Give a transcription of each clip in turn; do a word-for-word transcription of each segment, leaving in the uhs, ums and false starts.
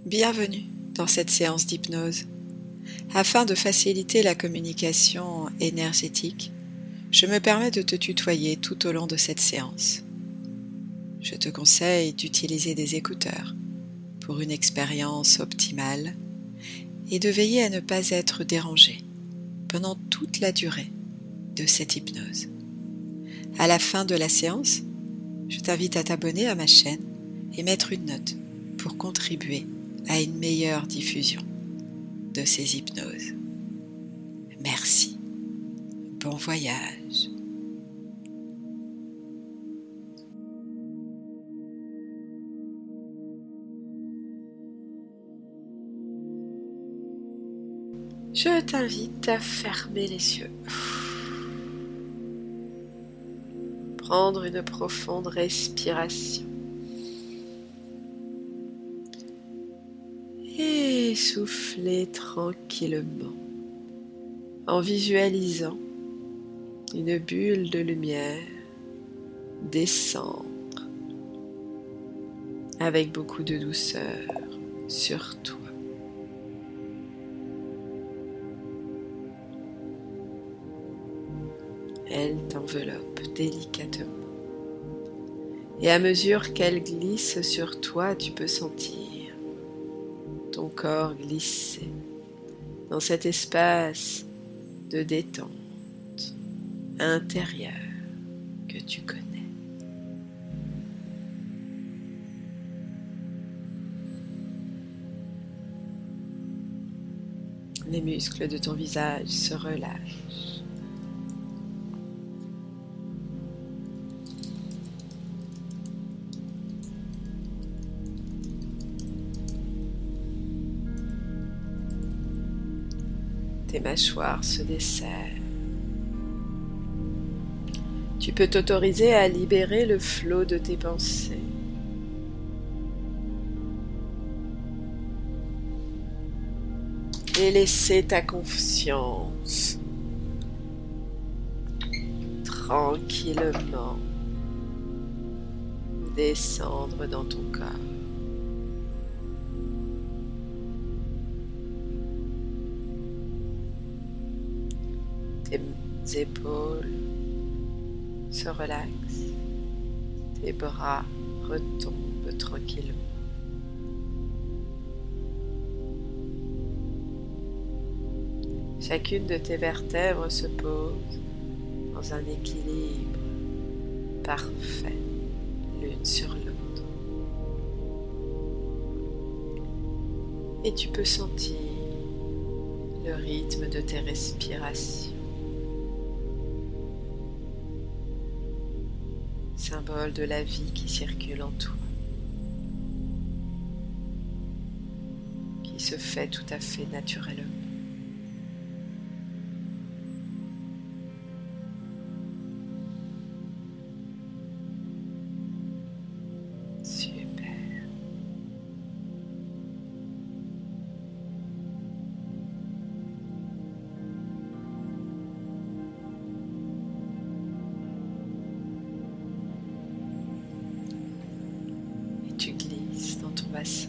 Bienvenue dans cette séance d'hypnose. Afin de faciliter la communication énergétique, je me permets de te tutoyer tout au long de cette séance. Je te conseille d'utiliser des écouteurs pour une expérience optimale et de veiller à ne pas être dérangé pendant toute la durée de cette hypnose. À la fin de la séance, je t'invite à t'abonner à ma chaîne et mettre une note pour contribuer à une meilleure diffusion de ces hypnoses. Merci. Bon voyage. Je t'invite à fermer les yeux. Prendre une profonde respiration. Et souffler tranquillement en visualisant une bulle de lumière descendre avec beaucoup de douceur sur toi. Elle t'enveloppe délicatement. Et à mesure qu'elle glisse sur toi, tu peux sentir ton corps glisser dans cet espace de détente intérieure que tu connais. Les muscles de ton visage se relâchent. Tes mâchoires se desserrent. Tu peux t'autoriser à libérer le flot de tes pensées. Et laisser ta conscience tranquillement descendre dans ton corps. Tes épaules se relaxent, tes bras retombent tranquillement. Chacune de tes vertèbres se pose dans un équilibre parfait l'une sur l'autre. Et tu peux sentir le rythme de tes respirations. Symbole de la vie qui circule en toi, qui se fait tout à fait naturellement. Super. Tu glisses dans ton bassin.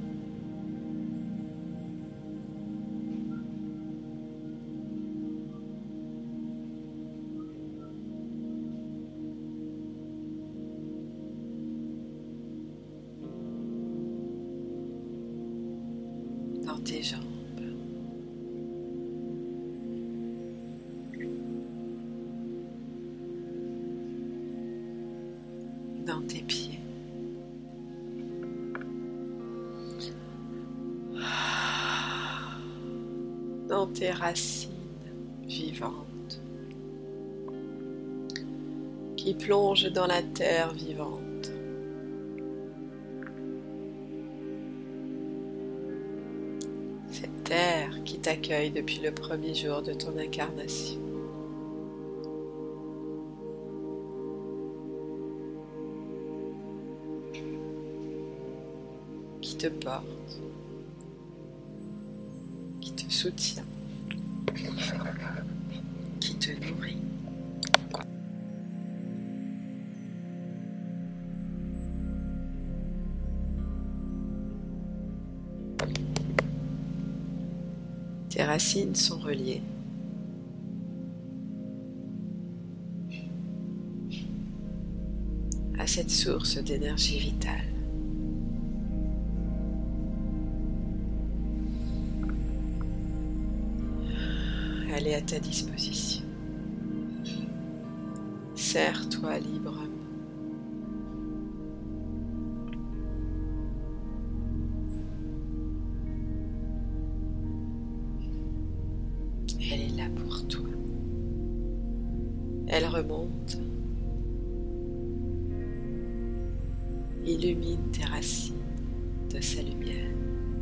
Dans tes jambes. Dans tes pieds. Dans tes racines vivantes qui plongent dans la terre vivante. Cette terre qui t'accueille depuis le premier jour de ton incarnation. Qui te porte, qui te soutient, qui te nourrit. Tes racines sont reliées. À cette source d'énergie vitale. Elle est à ta disposition. Serre-toi librement. Elle est là pour toi. Elle remonte, illumine tes racines de sa lumière.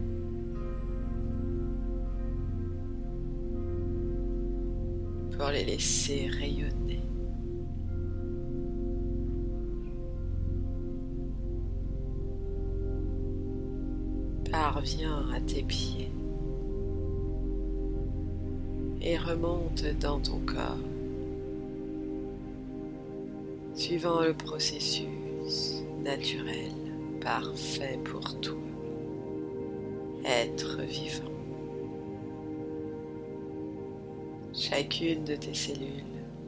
Pour les laisser rayonner. Parviens à tes pieds et remonte dans ton corps, suivant le processus naturel parfait pour toi, être vivant. Chacune de tes cellules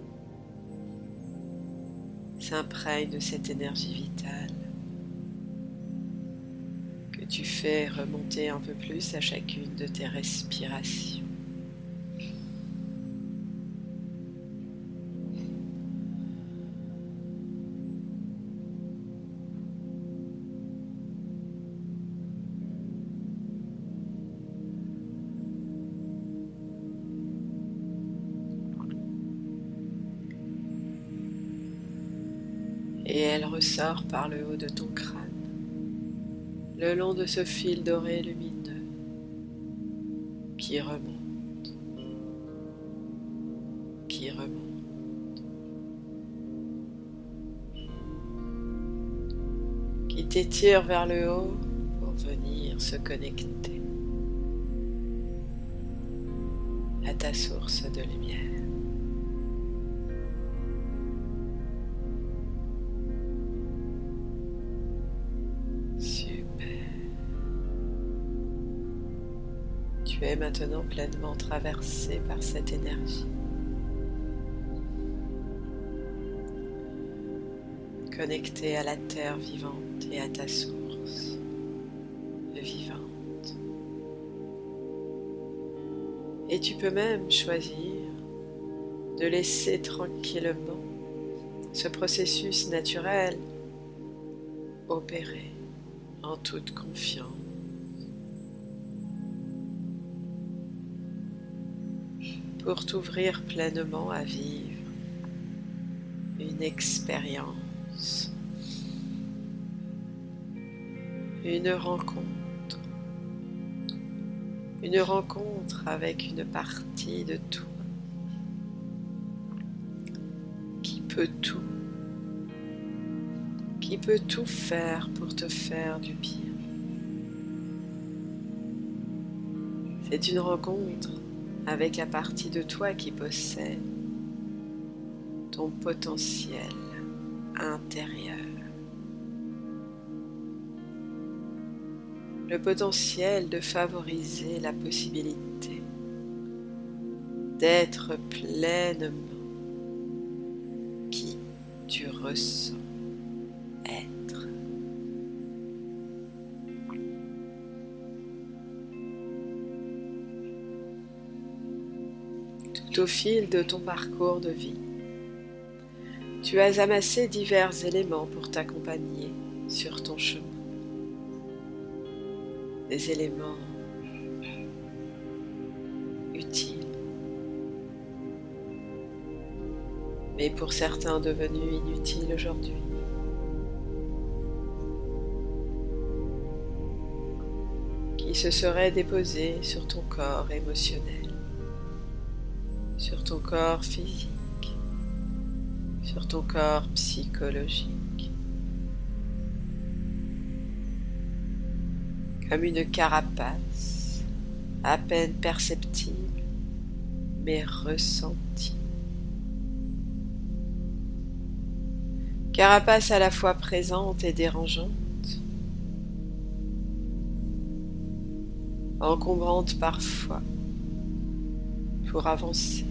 s'imprègne de cette énergie vitale que tu fais remonter un peu plus à chacune de tes respirations. Et elle ressort par le haut de ton crâne, le long de ce fil doré lumineux qui remonte, qui remonte, qui t'étire vers le haut pour venir se connecter à ta source de lumière. Tu es maintenant pleinement traversé par cette énergie. Connecté à la terre vivante et à ta source vivante. Et tu peux même choisir de laisser tranquillement ce processus naturel opérer en toute confiance. Pour t'ouvrir pleinement à vivre une expérience, une rencontre, une rencontre avec une partie de toi qui peut tout, qui peut tout faire pour te faire du bien. C'est une rencontre avec la partie de toi qui possède ton potentiel intérieur. Le potentiel de favoriser la possibilité d'être pleinement qui tu ressens être. Tout au fil de ton parcours de vie, tu as amassé divers éléments pour t'accompagner sur ton chemin. Des éléments utiles, mais pour certains devenus inutiles aujourd'hui. Qui se seraient déposés sur ton corps émotionnel, sur ton corps physique, sur ton corps psychologique, comme une carapace à peine perceptible mais ressentie. Carapace à la fois présente et dérangeante, encombrante parfois, pour avancer.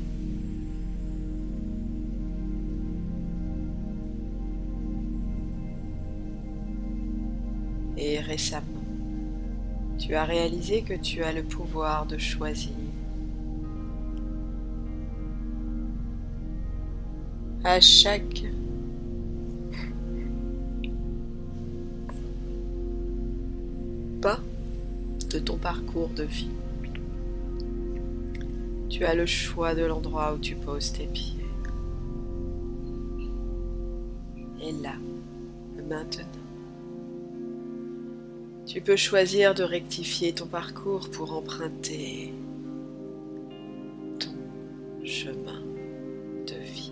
Et récemment, tu as réalisé que tu as le pouvoir de choisir. À chaque pas de ton parcours de vie, tu as le choix de l'endroit où tu poses tes pieds. Et là, maintenant, tu peux choisir de rectifier ton parcours pour emprunter ton chemin de vie.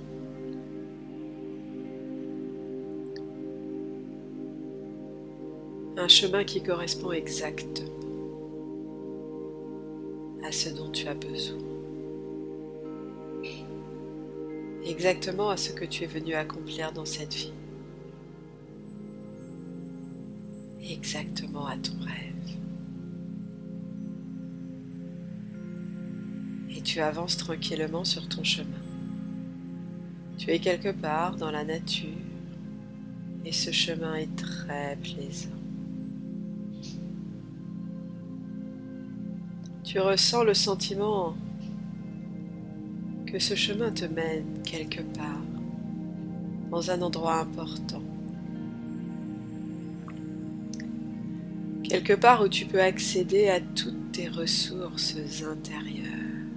Un chemin qui correspond exactement à ce dont tu as besoin. Exactement à ce que tu es venu accomplir dans cette vie. Exactement à ton rêve. Et tu avances tranquillement sur ton chemin. Tu es quelque part dans la nature et ce chemin est très plaisant. Tu ressens le sentiment que ce chemin te mène quelque part, dans un endroit important. Quelque part où tu peux accéder à toutes tes ressources intérieures.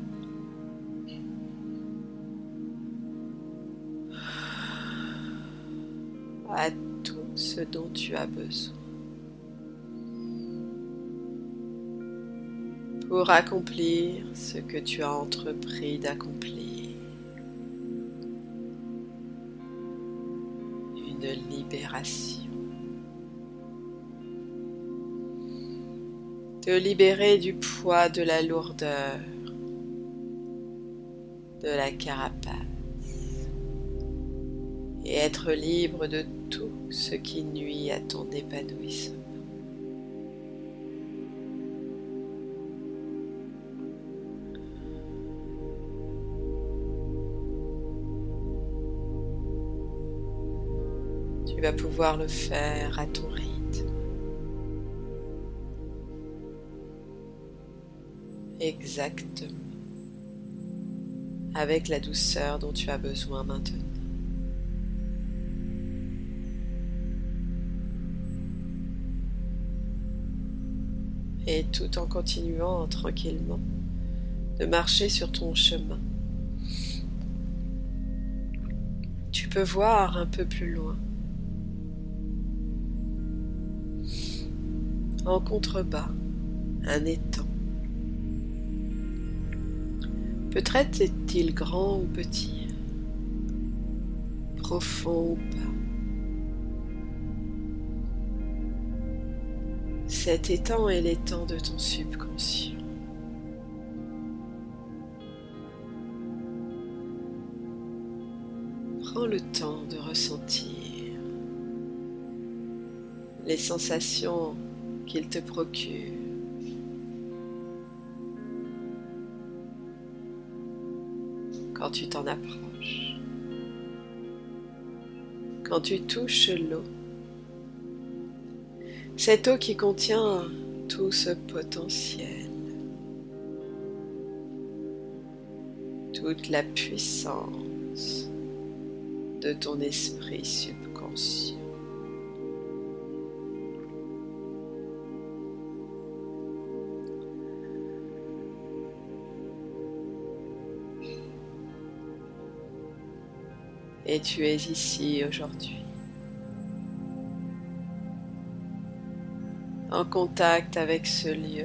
À tout ce dont tu as besoin. Pour accomplir ce que tu as entrepris d'accomplir. Une libération. Te libérer du poids de la lourdeur, de la carapace, et être libre de tout ce qui nuit à ton épanouissement. Tu vas pouvoir le faire à ton rythme. Exactement. Avec la douceur dont tu as besoin maintenant. Et tout en continuant tranquillement de marcher sur ton chemin. Tu peux voir un peu plus loin. En contrebas, un étang. Peut-être est-il grand ou petit, profond ou pas. Cet étang est l'étang de ton subconscient. Prends le temps de ressentir les sensations qu'il te procure. Quand tu t'en approches, quand tu touches l'eau, cette eau qui contient tout ce potentiel, toute la puissance de ton esprit subconscient. Et tu es ici aujourd'hui, en contact avec ce lieu,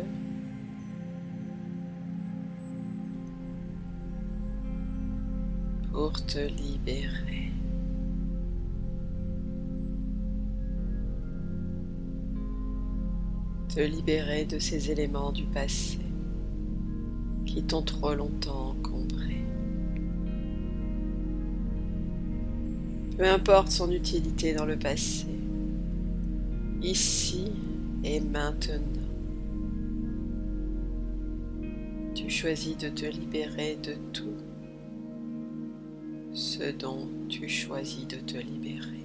pour te libérer. Te libérer de ces éléments du passé qui t'ont trop longtemps encombré. Peu importe son utilité dans le passé, ici et maintenant, Tu choisis de te libérer de tout ce dont tu choisis de te libérer.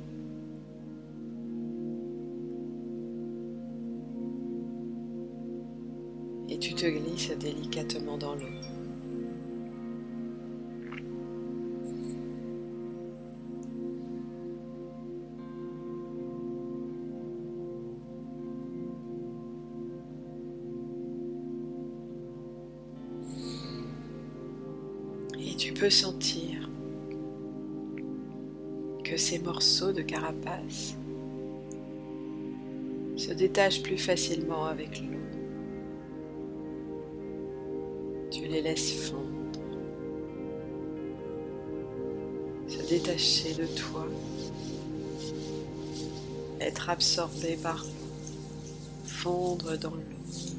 Et tu te glisses délicatement dans l'eau. Et tu peux sentir que ces morceaux de carapace se détachent plus facilement avec l'eau. Tu les laisses fondre, se détacher de toi, être absorbé par l'eau, fondre dans l'eau.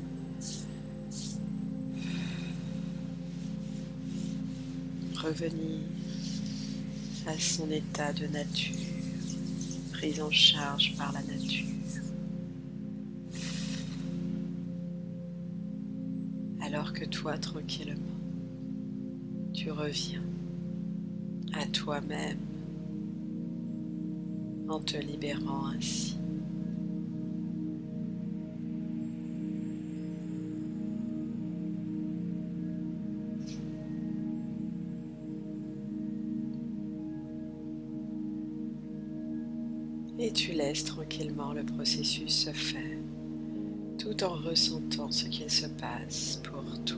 Revenir à son état de nature, prise en charge par la nature. Alors que toi, tranquillement, tu reviens à toi-même en te libérant ainsi. Et tu laisses tranquillement le processus se faire, tout en ressentant ce qu'il se passe pour toi.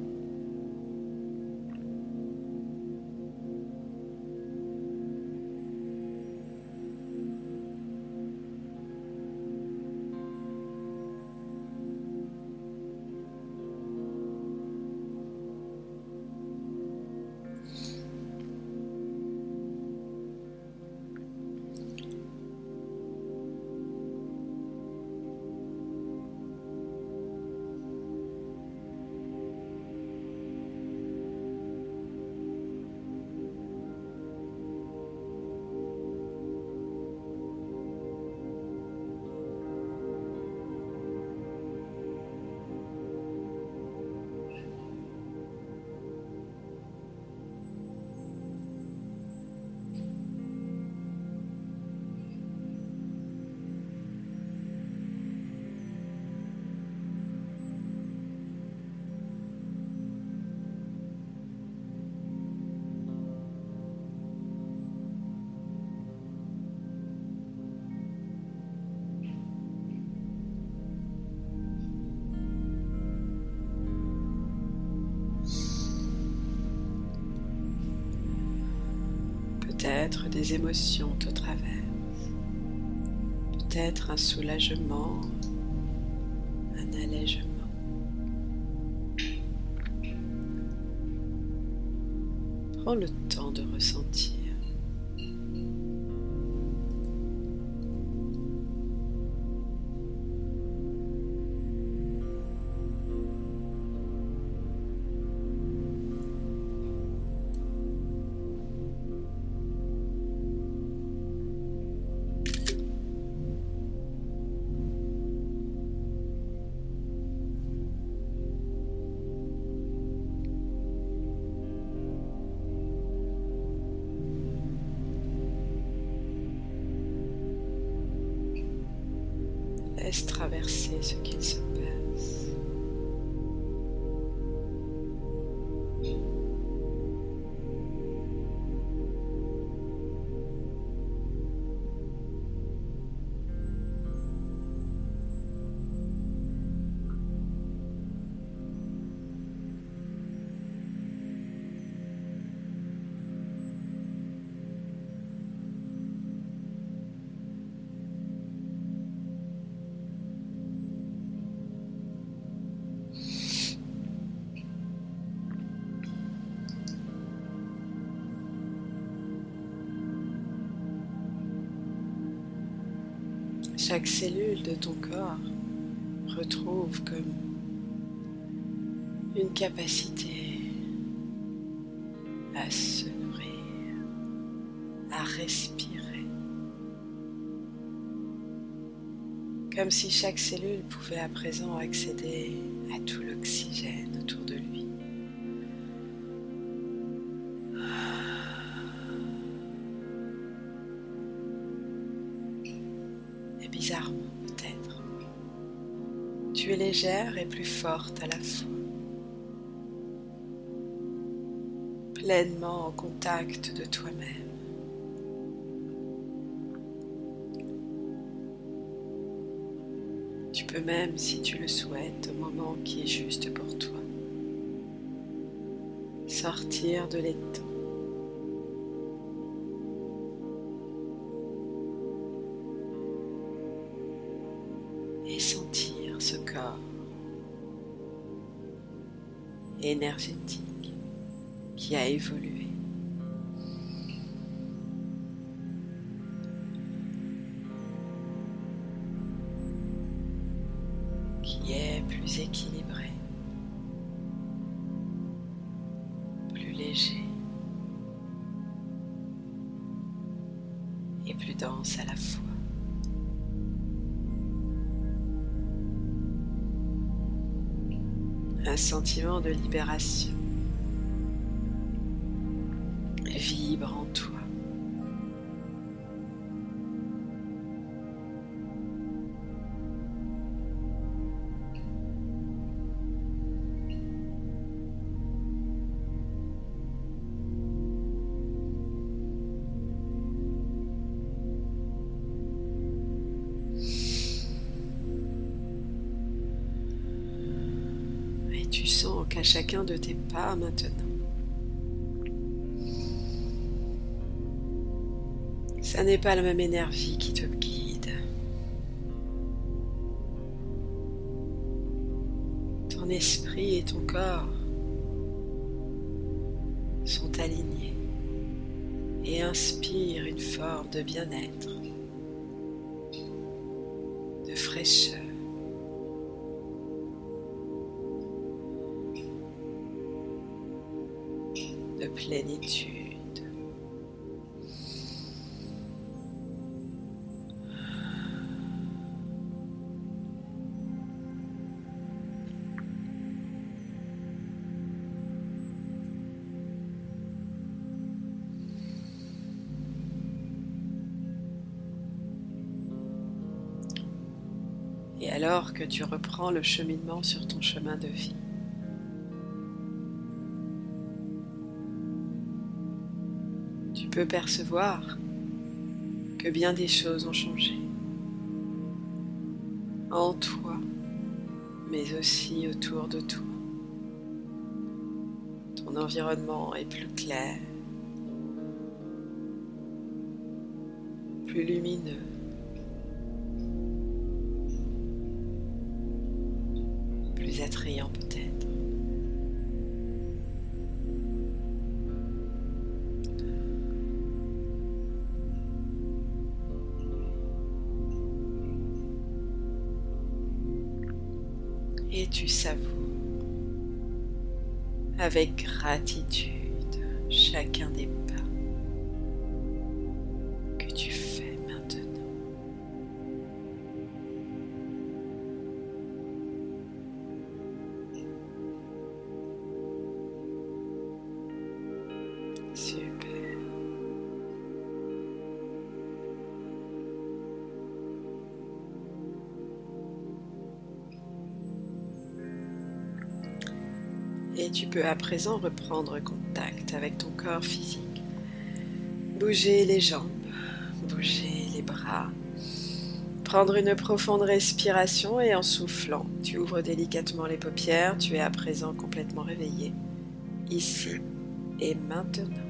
Peut-être des émotions te traversent, peut-être un soulagement, un allègement. Prends le temps de ressentir. Laisse traverser ce qu'il se passe. Chaque cellule de ton corps retrouve comme une capacité à se nourrir, à respirer, comme si chaque cellule pouvait à présent accéder à tout l'oxygène autour de lui. Tu es légère et plus forte à la fois, pleinement en contact de toi-même. Tu peux même, si tu le souhaites, au moment qui est juste pour toi, sortir de l'étang. Et sentir ce corps énergétique qui a évolué. Qui est plus équilibré, plus léger et plus dense à la fois. Un sentiment de libération vibre en toi. Tu sens qu'à chacun de tes pas maintenant, ça n'est pas la même énergie qui te guide. Ton esprit et ton corps sont alignés et inspirent une forme de bien-être, de fraîcheur. De plénitude. Et alors que tu reprends le cheminement sur ton chemin de vie, tu peux percevoir que bien des choses ont changé en toi, mais aussi autour de toi. Ton environnement est plus clair, plus lumineux, plus attrayant peut-être. Et tu savoures avec gratitude chacun des pas que tu fais maintenant. Super. Et tu peux à présent reprendre contact avec ton corps physique. Bouger les jambes, bouger les bras. Prendre une profonde respiration et en soufflant, tu ouvres délicatement les paupières. Tu es à présent complètement réveillé, ici et maintenant.